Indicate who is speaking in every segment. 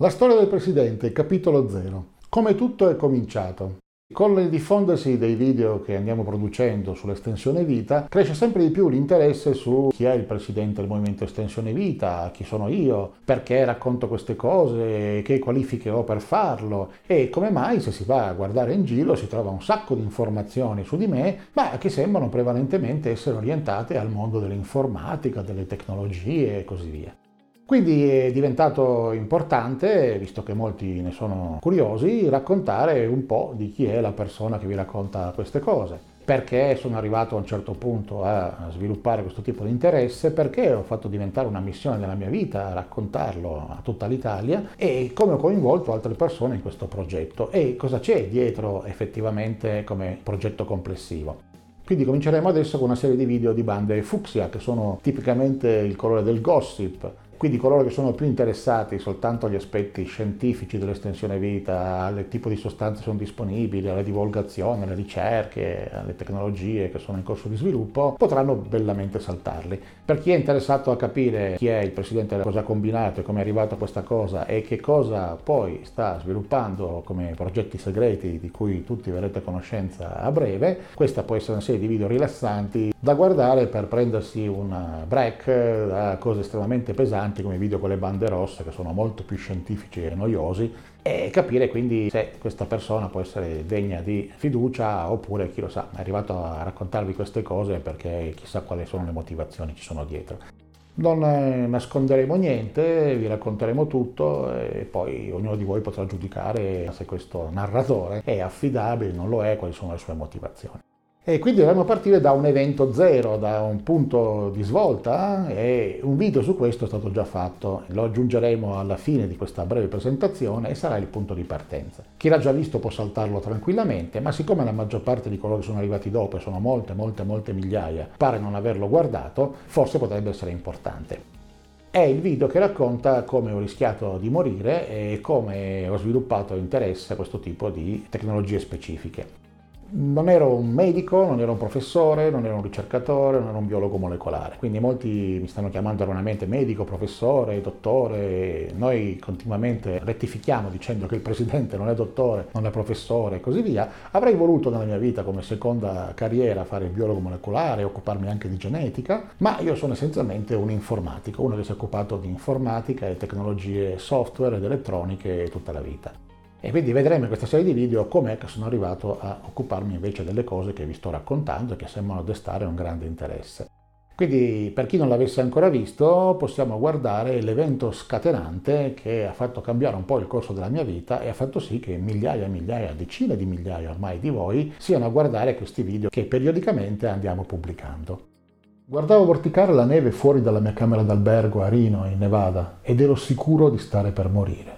Speaker 1: La storia del presidente, capitolo 0. Come tutto è cominciato. Con il diffondersi dei video che andiamo producendo sull'estensione vita, cresce sempre di più l'interesse su chi è il presidente del movimento estensione vita, chi sono io, perché racconto queste cose, che qualifiche ho per farlo e come mai se si va a guardare in giro si trova un sacco di informazioni su di me, ma che sembrano prevalentemente essere orientate al mondo dell'informatica, delle tecnologie e così via. Quindi è diventato importante, visto che molti ne sono curiosi, raccontare un po' di chi è la persona che vi racconta queste cose. Perché sono arrivato a un certo punto a sviluppare questo tipo di interesse, perché ho fatto diventare una missione della mia vita raccontarlo a tutta l'Italia e come ho coinvolto altre persone in questo progetto e cosa c'è dietro effettivamente come progetto complessivo. Quindi cominceremo adesso con una serie di video di bande fucsia, che sono tipicamente il colore del gossip. Quindi coloro che sono più interessati soltanto agli aspetti scientifici dell'estensione vita, al tipo di sostanze sono disponibili, alla divulgazione, alle ricerche, alle tecnologie che sono in corso di sviluppo, potranno bellamente saltarli. Per chi è interessato a capire chi è il presidente, cosa ha combinato e come è arrivato a questa cosa e che cosa poi sta sviluppando come progetti segreti di cui tutti avrete a conoscenza a breve, questa può essere una serie di video rilassanti da guardare per prendersi un break da cose estremamente pesanti come i video con le bande rosse, che sono molto più scientifici e noiosi, e capire quindi se questa persona può essere degna di fiducia oppure, chi lo sa, è arrivato a raccontarvi queste cose perché chissà quali sono le motivazioni ci sono dietro. Non nasconderemo niente, vi racconteremo tutto e poi ognuno di voi potrà giudicare se questo narratore è affidabile, non lo è, quali sono le sue motivazioni. E quindi dovremmo partire da un evento zero, da un punto di svolta e un video su questo è stato già fatto, lo aggiungeremo alla fine di questa breve presentazione e sarà il punto di partenza. Chi l'ha già visto può saltarlo tranquillamente, ma siccome la maggior parte di coloro che sono arrivati dopo, e sono molte migliaia, pare non averlo guardato, forse potrebbe essere importante. È il video che racconta come ho rischiato di morire e come ho sviluppato interesse a questo tipo di tecnologie specifiche. Non ero un medico, non ero un professore, non ero un ricercatore, non ero un biologo molecolare, quindi molti mi stanno chiamando erroneamente medico, professore, dottore. Noi continuamente rettifichiamo dicendo che il presidente non è dottore, non è professore e così via. Avrei voluto nella mia vita come seconda carriera fare il biologo molecolare, occuparmi anche di genetica, ma io sono essenzialmente un informatico, uno che si è occupato di informatica e tecnologie software ed elettroniche tutta la vita. E quindi vedremo in questa serie di video com'è che sono arrivato a occuparmi invece delle cose che vi sto raccontando e che sembrano destare un grande interesse. Quindi per chi non l'avesse ancora visto possiamo guardare l'evento scatenante che ha fatto cambiare un po' il corso della mia vita e ha fatto sì che migliaia e migliaia, decine di migliaia ormai di voi siano a guardare questi video che periodicamente andiamo pubblicando. Guardavo vorticare la neve fuori dalla mia camera d'albergo a Reno, in Nevada, ed ero sicuro di stare per morire.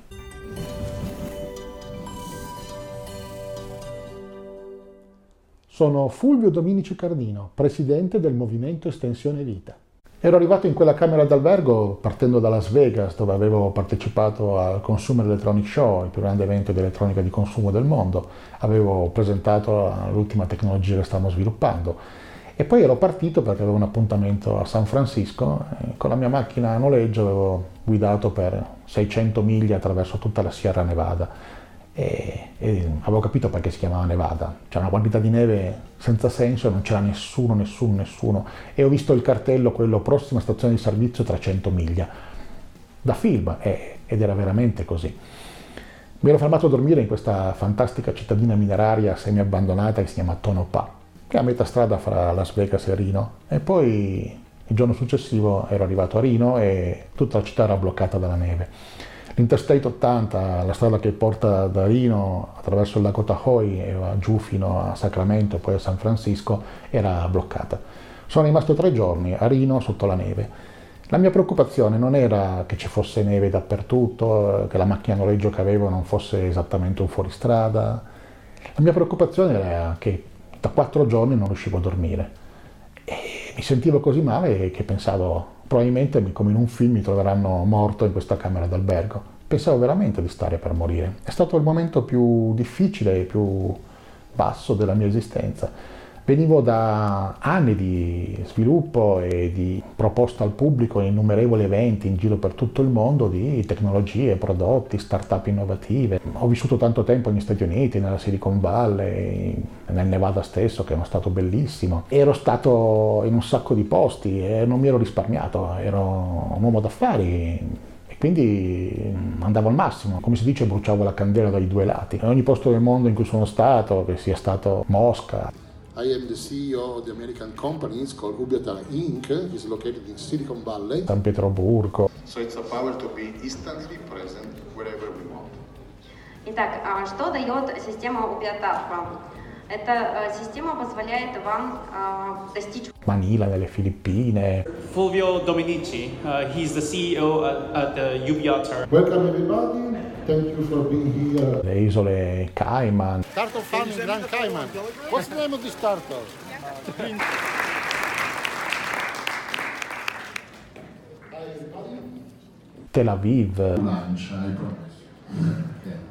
Speaker 1: Sono Fulvio Dominici Cardino, presidente del Movimento Estensione Vita. Ero arrivato in quella camera d'albergo partendo da Las Vegas, dove avevo partecipato al Consumer Electronic Show, il più grande evento di elettronica di consumo del mondo. Avevo presentato l'ultima tecnologia che stavamo sviluppando. E poi ero partito perché avevo un appuntamento a San Francisco e con la mia macchina a noleggio avevo guidato per 600 miglia attraverso tutta la Sierra Nevada. E avevo capito perché si chiamava Nevada, c'era una quantità di neve senza senso e non c'era nessuno e ho visto il cartello, quello prossima stazione di servizio 300 miglia da film ed era veramente così. Mi ero fermato a dormire in questa fantastica cittadina mineraria semi abbandonata che si chiama Tonopah, che è a metà strada fra Las Vegas e Reno, e poi il giorno successivo ero arrivato a Reno e tutta la città era bloccata dalla neve. L'Interstate 80, la strada che porta da Reno attraverso il lago Tahoe e va giù fino a Sacramento e poi a San Francisco, era bloccata. Sono rimasto 3 giorni a Reno sotto la neve. La mia preoccupazione non era che ci fosse neve dappertutto, che la macchina a noleggio che avevo non fosse esattamente un fuoristrada. La mia preoccupazione era che da 4 giorni non riuscivo a dormire. E mi sentivo così male che pensavo, probabilmente come in un film mi troveranno morto in questa camera d'albergo. Pensavo veramente di stare per morire. È stato il momento più difficile e più basso della mia esistenza. Venivo da anni di sviluppo e di proposta al pubblico in innumerevoli eventi in giro per tutto il mondo di tecnologie, prodotti, start-up innovative. Ho vissuto tanto tempo negli Stati Uniti, nella Silicon Valley, nel Nevada stesso, che è uno stato bellissimo. Ero stato in un sacco di posti e non mi ero risparmiato, ero un uomo d'affari. Quindi andavo al massimo, come si dice, bruciavo la candela dai due lati. In ogni posto del mondo in cui sono stato, che sia stato Mosca.
Speaker 2: I am the CEO of the American company. It's called Hubiatal Inc. It's located in Silicon Valley.
Speaker 1: San Pietroburgo.
Speaker 2: So it's a power to be instantly present wherever we want.
Speaker 3: Итак, что дает система Hubiatal вам? Эта система позволяет вам достичь...
Speaker 1: Manila, nelle Filippine.
Speaker 4: Fulvio Dominici, he's the CEO at the Hubiatal.
Speaker 2: Welcome everybody. Thank you for being here.
Speaker 1: Le isole Cayman.
Speaker 2: Startup Farm in Grand Cayman. What's the name of the startup?
Speaker 1: Tel Aviv.
Speaker 2: Lunch, I promise.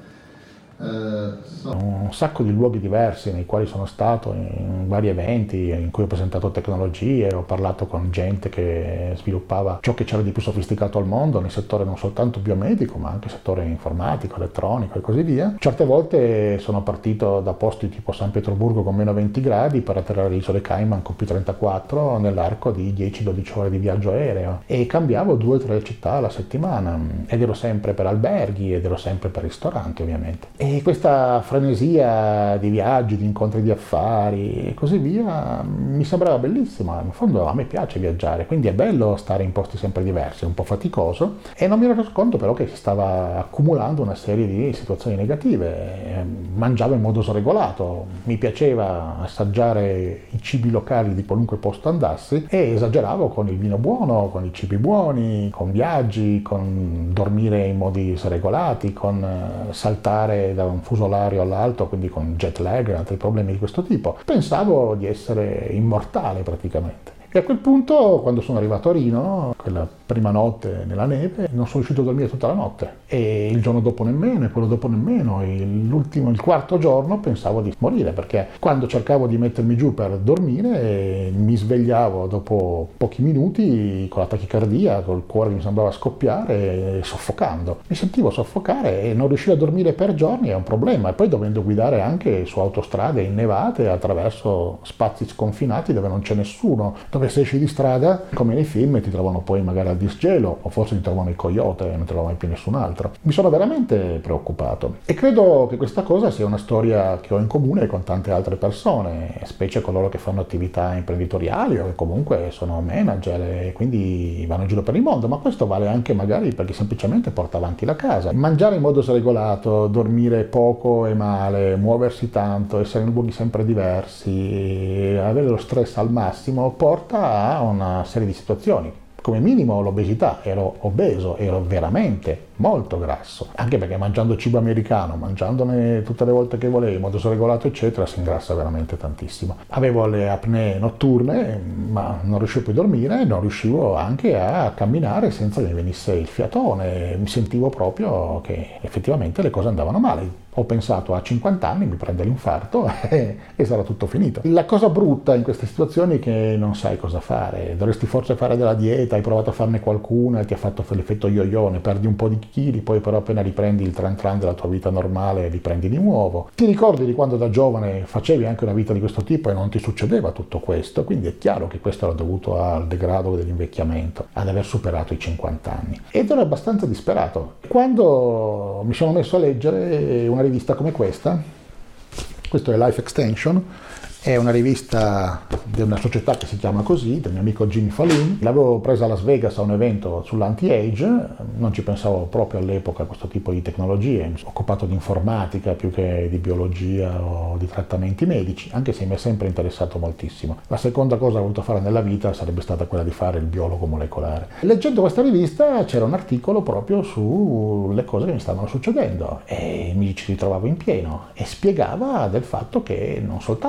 Speaker 1: Un sacco di luoghi diversi nei quali sono stato, in vari eventi in cui ho presentato tecnologie, ho parlato con gente che sviluppava ciò che c'era di più sofisticato al mondo nel settore non soltanto biomedico ma anche settore informatico, elettronico e così via. Certe volte sono partito da posti tipo San Pietroburgo con meno 20 gradi per atterrare alle isole Cayman con più 34 nell'arco di 10-12 ore di viaggio aereo e cambiavo 2 o 3 città alla settimana ed ero sempre per alberghi ed ero sempre per ristoranti ovviamente. E questa frenesia di viaggi, di incontri di affari e così via mi sembrava bellissima. In fondo a me piace viaggiare, quindi è bello stare in posti sempre diversi, è un po' faticoso e non mi ero reso conto però che si stava accumulando una serie di situazioni negative. Mangiavo in modo sregolato, mi piaceva assaggiare i cibi locali di qualunque posto andassi e esageravo con il vino buono, con i cibi buoni, con viaggi, con dormire in modi sregolati, con saltare da un fuso orario all'altro, quindi con jet lag e altri problemi di questo tipo. Pensavo di essere immortale praticamente. E a quel punto, quando sono arrivato a Rino, quella prima notte nella neve, non sono riuscito a dormire tutta la notte. E il giorno dopo nemmeno, e quello dopo nemmeno. E il quarto giorno pensavo di morire, perché quando cercavo di mettermi giù per dormire, mi svegliavo dopo pochi minuti con la tachicardia, col cuore che mi sembrava scoppiare, soffocando. Mi sentivo soffocare e non riuscire a dormire per giorni è un problema. E poi dovendo guidare anche su autostrade innevate attraverso spazi sconfinati dove non c'è nessuno, dove se esci di strada, come nei film, ti trovano poi magari al disgelo o forse ti trovano i coyote e non trovano mai più nessun altro. Mi sono veramente preoccupato e credo che questa cosa sia una storia che ho in comune con tante altre persone, specie coloro che fanno attività imprenditoriali o che comunque sono manager e quindi vanno in giro per il mondo, ma questo vale anche magari per chi semplicemente porta avanti la casa. Mangiare in modo sregolato, dormire poco e male, muoversi tanto, essere in luoghi sempre diversi, avere lo stress al massimo porta a una serie di situazioni. Come minimo l'obesità, ero obeso, ero veramente molto grasso, anche perché mangiando cibo americano, mangiandone tutte le volte che volevo, in modo regolato eccetera, si ingrassa veramente tantissimo. Avevo le apnee notturne, ma non riuscivo più a dormire, non riuscivo anche a camminare senza che mi venisse il fiatone, mi sentivo proprio che effettivamente le cose andavano male. Ho pensato a 50 anni mi prende l'infarto e sarà tutto finito. La cosa brutta in queste situazioni è che non sai cosa fare, dovresti forse fare della dieta, hai provato a farne qualcuna e ti ha fatto l'effetto yo-yo, ne perdi un po' di chili, poi però appena riprendi il tran tran della tua vita normale riprendi di nuovo. Ti ricordi di quando da giovane facevi anche una vita di questo tipo e non ti succedeva tutto questo, quindi è chiaro che questo era dovuto al degrado dell'invecchiamento, ad aver superato i 50 anni. Ed ero abbastanza disperato. Quando mi sono messo a leggere una rivista come questa, questo è Life Extension, è una rivista di una società che si chiama così, del mio amico Jimmy Fallon. L'avevo presa a Las Vegas a un evento sull'anti-age, non ci pensavo proprio all'epoca a questo tipo di tecnologie, mi sono occupato di informatica più che di biologia o di trattamenti medici, anche se mi è sempre interessato moltissimo. La seconda cosa che ho voluto fare nella vita sarebbe stata quella di fare il biologo molecolare. Leggendo questa rivista c'era un articolo proprio sulle cose che mi stavano succedendo e mi ci ritrovavo in pieno e spiegava del fatto che non soltanto una vita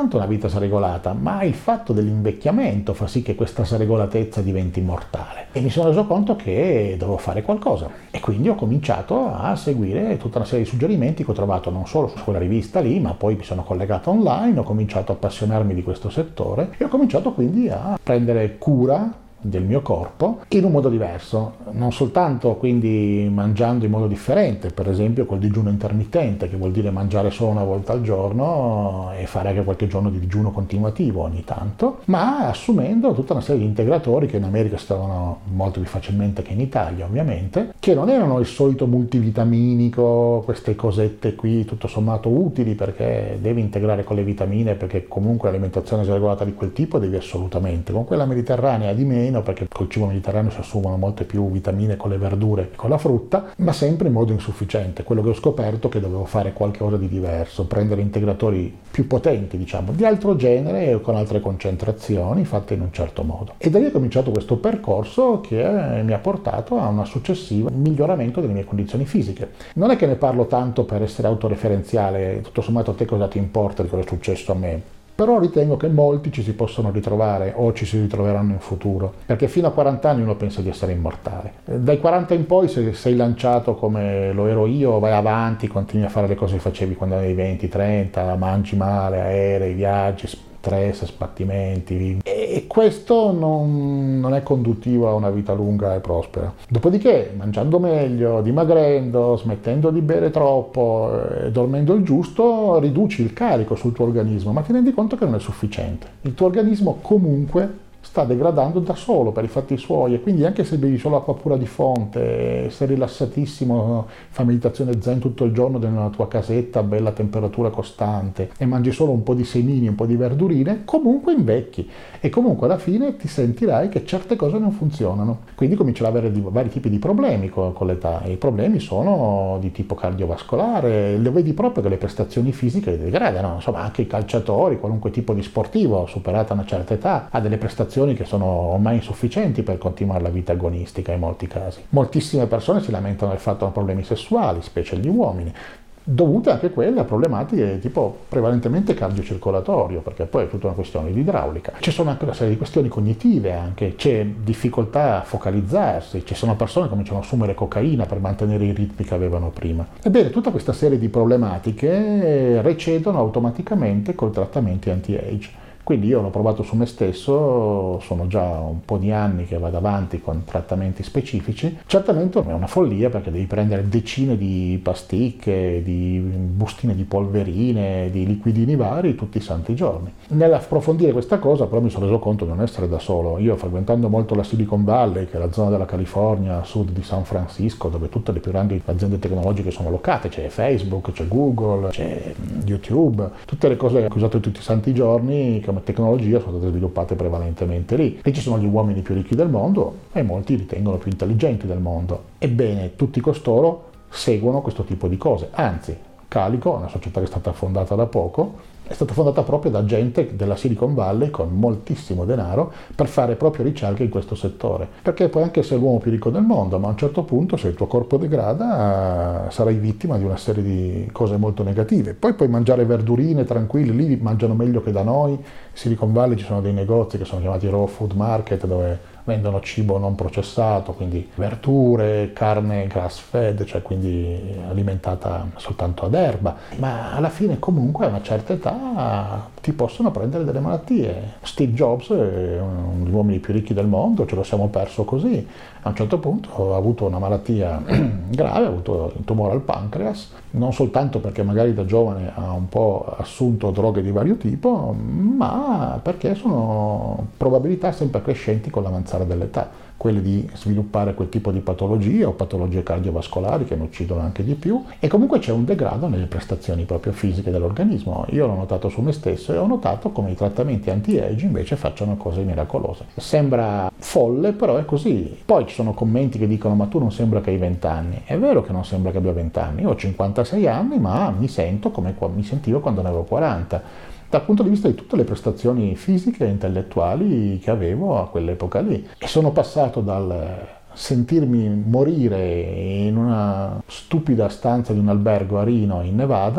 Speaker 1: fisicamente sregolata, ma il fatto dell'invecchiamento fa sì che questa sregolatezza diventi mortale. E mi sono reso conto che dovevo fare qualcosa. E quindi ho cominciato a seguire tutta una serie di suggerimenti che ho trovato non solo su quella rivista lì, ma poi mi sono collegato online, ho cominciato a appassionarmi di questo settore e ho cominciato quindi a prendere cura del mio corpo in un modo diverso, non soltanto quindi mangiando in modo differente, per esempio col digiuno intermittente, che vuol dire mangiare solo una volta al giorno e fare anche qualche giorno di digiuno continuativo ogni tanto, ma assumendo tutta una serie di integratori che in America si trovano molto più facilmente che in Italia ovviamente, che non erano il solito multivitaminico, queste cosette qui tutto sommato utili perché devi integrare con le vitamine, perché comunque l'alimentazione sregolata di quel tipo devi assolutamente, con quella mediterranea di meno, perché col cibo mediterraneo si assumono molte più vitamine con le verdure e con la frutta, ma sempre in modo insufficiente. Quello che ho scoperto è che dovevo fare qualcosa di diverso, prendere integratori più potenti, diciamo, di altro genere e con altre concentrazioni fatte in un certo modo. E da lì è cominciato questo percorso che mi ha portato a un successivo miglioramento delle mie condizioni fisiche. Non è che ne parlo tanto per essere autoreferenziale, tutto sommato a te cosa ti importa di cosa è successo a me? Però ritengo che molti ci si possono ritrovare o ci si ritroveranno in futuro, perché fino a 40 anni uno pensa di essere immortale. Dai 40 in poi, se sei lanciato come lo ero io, vai avanti, continui a fare le cose che facevi quando avevi 20, 30, mangi male, aerei, viaggi, stress, sbattimenti, e questo non è conduttivo a una vita lunga e prospera. Dopodiché, mangiando meglio, dimagrendo, smettendo di bere troppo, dormendo il giusto, riduci il carico sul tuo organismo, ma ti rendi conto che non è sufficiente. Il tuo organismo comunque sta degradando da solo per i fatti suoi, e quindi anche se bevi solo acqua pura di fonte, sei rilassatissimo, fai meditazione zen tutto il giorno nella tua casetta a bella temperatura costante e mangi solo un po' di semini, un po' di verdurine, comunque invecchi e comunque alla fine ti sentirai che certe cose non funzionano. Quindi cominci ad avere vari tipi di problemi con l'età, e i problemi sono di tipo cardiovascolare, lo vedi proprio che le prestazioni fisiche degradano, insomma anche i calciatori, qualunque tipo di sportivo superata una certa età ha delle prestazioni che sono ormai insufficienti per continuare la vita agonistica in molti casi. Moltissime persone si lamentano del fatto che hanno problemi sessuali, specie gli uomini, dovute anche quelle a problematiche tipo prevalentemente cardiocircolatorio, perché poi è tutta una questione di idraulica. Ci sono anche una serie di questioni cognitive, anche c'è difficoltà a focalizzarsi, ci sono persone che cominciano a assumere cocaina per mantenere i ritmi che avevano prima. Ebbene, tutta questa serie di problematiche recedono automaticamente con trattamenti anti-age. Quindi io l'ho provato su me stesso, sono già un po' di anni che vado avanti con trattamenti specifici. Certamente è una follia perché devi prendere decine di pasticche, di bustine di polverine, di liquidini vari tutti i santi giorni. Nell'approfondire questa cosa però mi sono reso conto di non essere da solo. Io, frequentando molto la Silicon Valley, che è la zona della California a sud di San Francisco, dove tutte le più grandi aziende tecnologiche sono locate, c'è Facebook, c'è Google, c'è YouTube, tutte le cose che usate tutti i santi giorni come tecnologia sono state sviluppate prevalentemente lì. Lì ci sono gli uomini più ricchi del mondo e molti ritengono più intelligenti del mondo. Ebbene, tutti costoro seguono questo tipo di cose. Anzi, Calico, una società che è stata fondata da poco, è stata fondata proprio da gente della Silicon Valley con moltissimo denaro per fare proprio ricerche in questo settore. Perché puoi anche essere l'uomo più ricco del mondo, ma a un certo punto, se il tuo corpo degrada, sarai vittima di una serie di cose molto negative. Poi puoi mangiare verdurine tranquilli, lì mangiano meglio che da noi. In Silicon Valley ci sono dei negozi che sono chiamati raw food market, dove vendono cibo non processato, quindi verdure, carne grass fed, cioè quindi alimentata soltanto ad erba, ma alla fine comunque a una certa età ti possono prendere delle malattie. Steve Jobs è uno degli uomini più ricchi del mondo, ce lo siamo perso così. A un certo punto ha avuto una malattia grave, ha avuto un tumore al pancreas, non soltanto perché magari da giovane ha un po' assunto droghe di vario tipo, ma perché sono probabilità sempre crescenti con l'avanzare dell'età, quelle di sviluppare quel tipo di patologie o patologie cardiovascolari che ne uccidono anche di più, e comunque c'è un degrado nelle prestazioni proprio fisiche dell'organismo. Io l'ho notato su me stesso e ho notato come i trattamenti anti-age invece facciano cose miracolose. Sembra folle, però è così. Poi ci sono commenti che dicono: ma tu non sembra che hai 20 anni. È vero che non sembra che abbia 20 anni, io ho 56 anni, ma mi sento come mi sentivo quando ne avevo 40. Dal punto di vista di tutte le prestazioni fisiche e intellettuali che avevo a quell'epoca lì. E sono passato dal sentirmi morire in una stupida stanza di un albergo a Reno in Nevada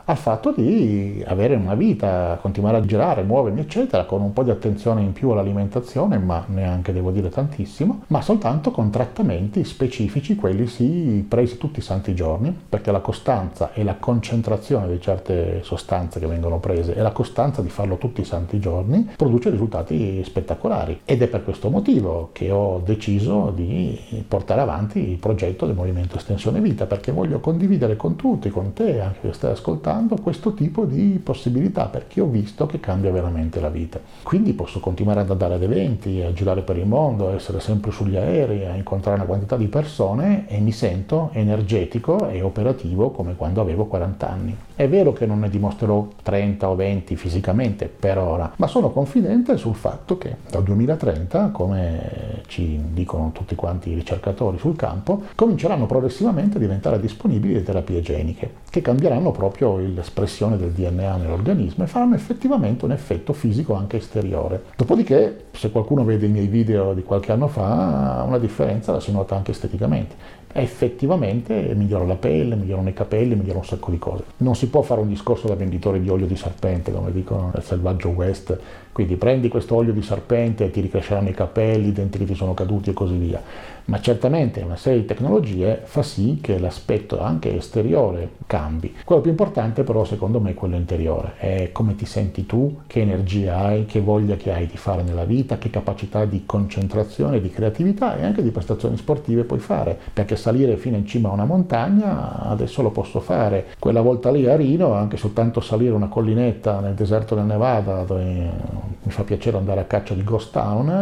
Speaker 1: al fatto di avere una vita, continuare a girare, muovermi, eccetera, con un po' di attenzione in più all'alimentazione, ma neanche devo dire tantissimo, ma soltanto con trattamenti specifici, quelli sì presi tutti i santi giorni, perché la costanza e la concentrazione di certe sostanze che vengono prese e la costanza di farlo tutti i santi giorni produce risultati spettacolari. Ed è per questo motivo che ho deciso di portare avanti il progetto del Movimento Estensione Vita, perché voglio condividere con tutti, con te, anche che stai ascoltando, questo tipo di possibilità, perché ho visto che cambia veramente la vita. Quindi posso continuare ad andare ad eventi, a girare per il mondo, a essere sempre sugli aerei, a incontrare una quantità di persone e mi sento energetico e operativo come quando avevo 40 anni. È vero che non ne dimostrerò 30 o 20 fisicamente per ora, ma sono confidente sul fatto che dal 2030, come ci dicono tutti quanti i ricercatori sul campo, cominceranno progressivamente a diventare disponibili le terapie geniche, che cambieranno proprio l'espressione del DNA nell'organismo e faranno effettivamente un effetto fisico anche esteriore. Dopodiché, se qualcuno vede i miei video di qualche anno fa, una differenza la si nota anche esteticamente. Effettivamente migliora la pelle, migliorano i capelli, migliora un sacco di cose. Non si può fare un discorso da venditore di olio di serpente, come dicono nel selvaggio West, quindi prendi questo olio di serpente e ti ricresceranno i capelli, i denti che ti sono caduti e così via. Ma certamente una serie di tecnologie fa sì che l'aspetto anche esteriore cambi. Quello più importante però secondo me è quello interiore, è come ti senti tu, che energia hai, che voglia che hai di fare nella vita, che capacità di concentrazione, di creatività e anche di prestazioni sportive puoi fare, perché salire fino in cima a una montagna adesso lo posso fare. Quella volta lì a Rino, anche soltanto salire una collinetta nel deserto del Nevada, dove mi fa piacere andare a caccia di Ghost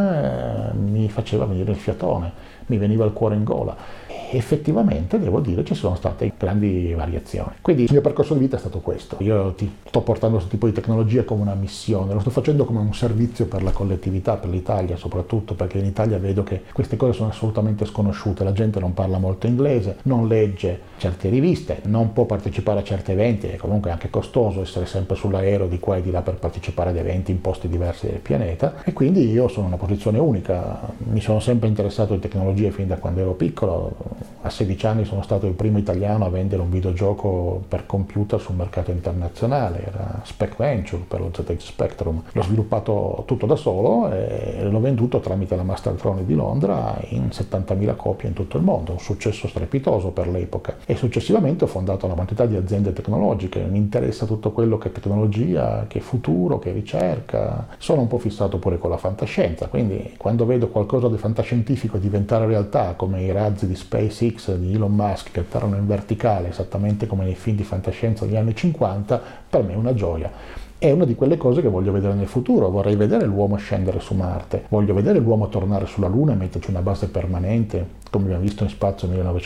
Speaker 1: Town, mi faceva venire il fiatone, mi veniva il cuore in gola. Effettivamente devo dire ci sono state grandi variazioni. Quindi il mio percorso di vita è stato questo. Io ti sto portando questo tipo di tecnologia come una missione, lo sto facendo come un servizio per la collettività, per l'Italia soprattutto, perché in Italia vedo che queste cose sono assolutamente sconosciute, la gente non parla molto inglese, non legge certe riviste, non può partecipare a certi eventi, è comunque anche costoso essere sempre sull'aereo di qua e di là per partecipare ad eventi in posti diversi del pianeta, e quindi io sono in una posizione unica. Mi sono sempre interessato di tecnologie fin da quando ero piccolo. A 16 anni sono stato il primo italiano a vendere un videogioco per computer sul mercato internazionale, era Spec Venture per lo ZX Spectrum. L'ho sviluppato tutto da solo e l'ho venduto tramite la Mastertronic di Londra in 70.000 copie in tutto il mondo, un successo strepitoso per l'epoca. E successivamente ho fondato una quantità di aziende tecnologiche, mi interessa tutto quello che è tecnologia, che è futuro, che è ricerca. Sono un po' fissato pure con la fantascienza, quindi quando vedo qualcosa di fantascientifico diventare realtà, come i razzi di SpaceX di Elon Musk che atterrano in verticale esattamente come nei film di fantascienza degli anni 50, per me è una gioia. È una di quelle cose che voglio vedere nel futuro. Vorrei vedere l'uomo scendere su Marte, voglio vedere l'uomo tornare sulla Luna e metterci una base permanente, come abbiamo visto in Spazio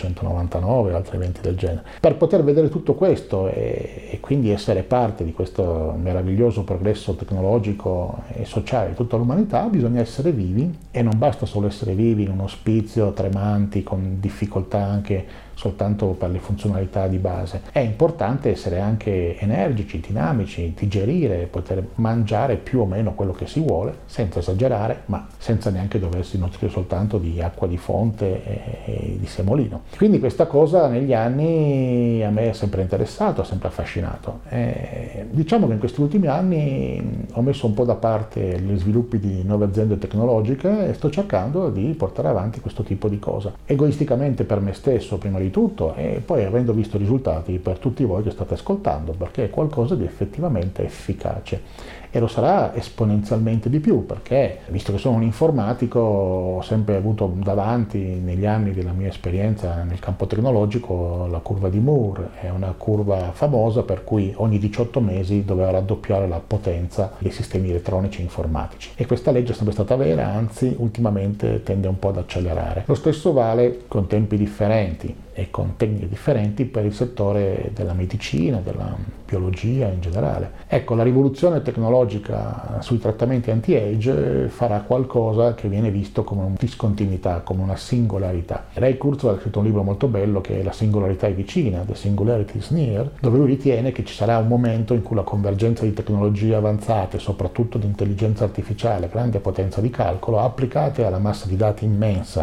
Speaker 1: 1999 e altri eventi del genere. Per poter vedere tutto questo e quindi essere parte di questo meraviglioso progresso tecnologico e sociale di tutta l'umanità, bisogna essere vivi, e non basta solo essere vivi in un ospizio tremanti con difficoltà anche soltanto per le funzionalità di base. È importante essere anche energici, dinamici, digerire, poter mangiare più o meno quello che si vuole, senza esagerare, ma senza neanche doversi nutrire soltanto di acqua di fonte e di semolino. Quindi questa cosa negli anni a me è sempre interessato, ha sempre affascinato. Diciamo che in questi ultimi anni ho messo un po' da parte gli sviluppi di nuove aziende tecnologiche e sto cercando di portare avanti questo tipo di cosa, egoisticamente per me stesso prima di tutto, e poi avendo visto risultati per tutti voi che state ascoltando, perché è qualcosa di effettivamente efficace. E lo sarà esponenzialmente di più, perché visto che sono un informatico ho sempre avuto davanti negli anni della mia esperienza nel campo tecnologico la curva di Moore. È una curva famosa per cui ogni 18 mesi doveva raddoppiare la potenza dei sistemi elettronici e informatici, e questa legge è sempre stata vera, anzi ultimamente tende un po' ad accelerare. Lo stesso vale con tempi differenti e con tecniche differenti per il settore della medicina, della biologia in generale. Ecco, la rivoluzione tecnologica sui trattamenti anti-age farà qualcosa che viene visto come una discontinuità, come una singolarità. Ray Kurzweil ha scritto un libro molto bello che è La singolarità è vicina, The Singularity is Near, dove lui ritiene che ci sarà un momento in cui la convergenza di tecnologie avanzate, soprattutto di intelligenza artificiale, grande potenza di calcolo, applicate alla massa di dati immensa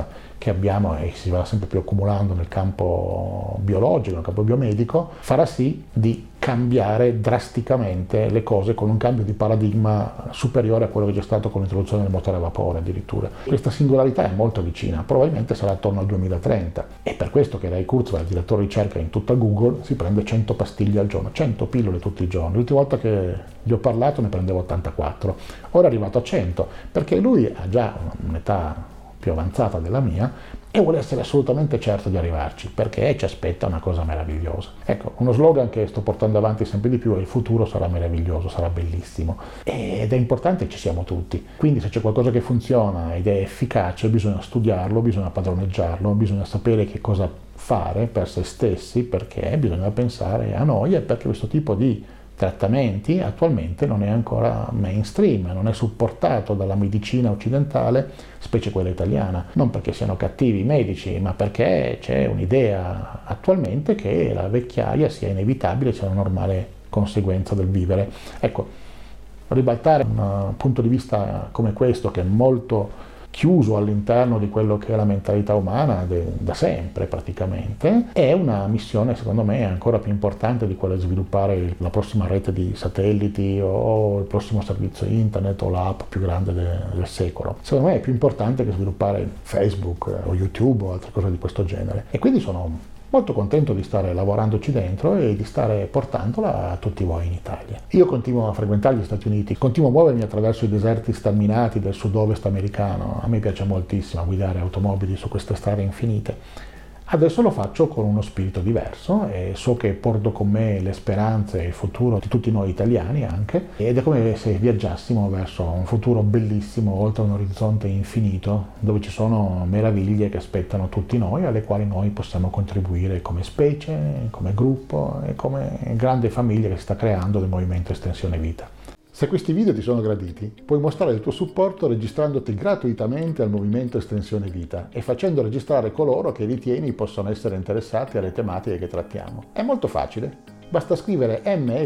Speaker 1: che abbiamo e si va sempre più accumulando nel campo biologico, nel campo biomedico, farà sì di cambiare drasticamente le cose con un cambio di paradigma superiore a quello che c'è stato con l'introduzione del motore a vapore addirittura. Questa singolarità è molto vicina, probabilmente sarà attorno al 2030. È per questo che Ray Kurzweil, direttore ricerca in tutta Google, si prende 100 pastiglie al giorno, 100 pillole tutti i giorni. L'ultima volta che gli ho parlato ne prendevo 84, ora è arrivato a 100, perché lui ha già un'età più avanzata della mia e vuole essere assolutamente certo di arrivarci, perché ci aspetta una cosa meravigliosa. Ecco, uno slogan che sto portando avanti sempre di più è: il futuro sarà meraviglioso, sarà bellissimo, ed è importante che ci siamo tutti. Quindi se c'è qualcosa che funziona ed è efficace, bisogna studiarlo, bisogna padroneggiarlo, bisogna sapere che cosa fare per se stessi, perché bisogna pensare a noi e perché questo tipo di trattamenti attualmente non è ancora mainstream, non è supportato dalla medicina occidentale, specie quella italiana, non perché siano cattivi i medici, ma perché c'è un'idea attualmente che la vecchiaia sia inevitabile, sia una normale conseguenza del vivere. Ecco, ribaltare un punto di vista come questo, che è molto chiuso all'interno di quello che è la mentalità umana da sempre praticamente, è una missione secondo me ancora più importante di quella di sviluppare la prossima rete di satelliti o il prossimo servizio internet o l'app più grande del secolo. Secondo me è più importante che sviluppare Facebook o YouTube o altre cose di questo genere, e quindi sono molto contento di stare lavorandoci dentro e di stare portandola a tutti voi in Italia. Io continuo a frequentare gli Stati Uniti, continuo a muovermi attraverso i deserti sterminati del sud-ovest americano. A me piace moltissimo guidare automobili su queste strade infinite. Adesso lo faccio con uno spirito diverso e so che porto con me le speranze e il futuro di tutti noi italiani anche, ed è come se viaggiassimo verso un futuro bellissimo oltre un orizzonte infinito, dove ci sono meraviglie che aspettano tutti noi, alle quali noi possiamo contribuire come specie, come gruppo e come grande famiglia che si sta creando del movimento Estensione Vita. Se questi video ti sono graditi, puoi mostrare il tuo supporto registrandoti gratuitamente al movimento Estensione Vita e facendo registrare coloro che ritieni possano essere interessati alle tematiche che trattiamo. È molto facile. Basta scrivere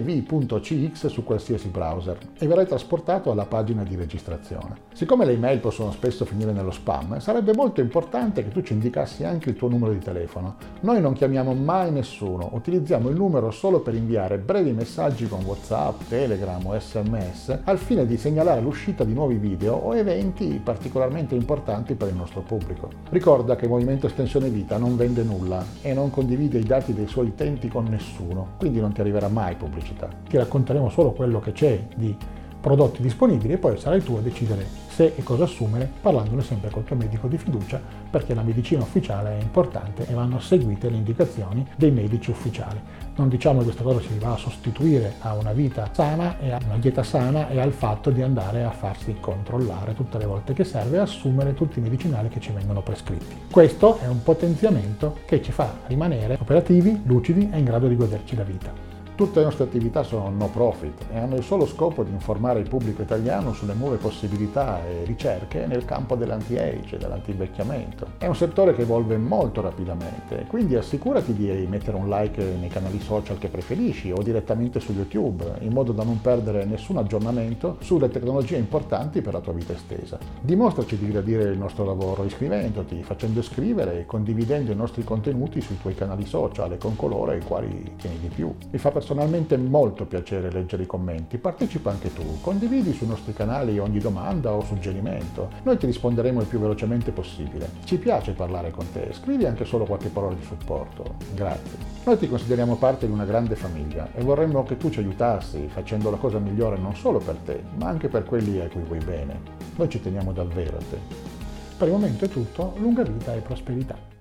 Speaker 1: mev.cx su qualsiasi browser e verrai trasportato alla pagina di registrazione. Siccome le email possono spesso finire nello spam, sarebbe molto importante che tu ci indicassi anche il tuo numero di telefono. Noi non chiamiamo mai nessuno, utilizziamo il numero solo per inviare brevi messaggi con WhatsApp, Telegram o SMS al fine di segnalare l'uscita di nuovi video o eventi particolarmente importanti per il nostro pubblico. Ricorda che il Movimento Estensione Vita non vende nulla e non condivide i dati dei suoi utenti con nessuno, quindi non ti arriverà mai pubblicità. Ti racconteremo solo quello che c'è di prodotti disponibili e poi sarai tu a decidere se e cosa assumere, parlandone sempre col tuo medico di fiducia, perché la medicina ufficiale è importante e vanno seguite le indicazioni dei medici ufficiali. Non diciamo che questa cosa si va a sostituire a una vita sana e a una dieta sana e al fatto di andare a farsi controllare tutte le volte che serve e assumere tutti i medicinali che ci vengono prescritti. Questo è un potenziamento che ci fa rimanere operativi, lucidi e in grado di goderci la vita. Tutte le nostre attività sono no profit e hanno il solo scopo di informare il pubblico italiano sulle nuove possibilità e ricerche nel campo dell'anti-age e dell'antivecchiamento. È un settore che evolve molto rapidamente, quindi assicurati di mettere un like nei canali social che preferisci o direttamente su YouTube, in modo da non perdere nessun aggiornamento sulle tecnologie importanti per la tua vita estesa. Dimostraci di gradire il nostro lavoro iscrivendoti, facendo iscrivere e condividendo i nostri contenuti sui tuoi canali social e con coloro ai quali tieni di più. Mi fa personalmente molto piacere leggere i commenti, partecipa anche tu, condividi sui nostri canali ogni domanda o suggerimento, noi ti risponderemo il più velocemente possibile. Ci piace parlare con te, scrivi anche solo qualche parola di supporto, grazie. Noi ti consideriamo parte di una grande famiglia e vorremmo che tu ci aiutassi facendo la cosa migliore non solo per te, ma anche per quelli a cui vuoi bene. Noi ci teniamo davvero a te. Per il momento è tutto, lunga vita e prosperità.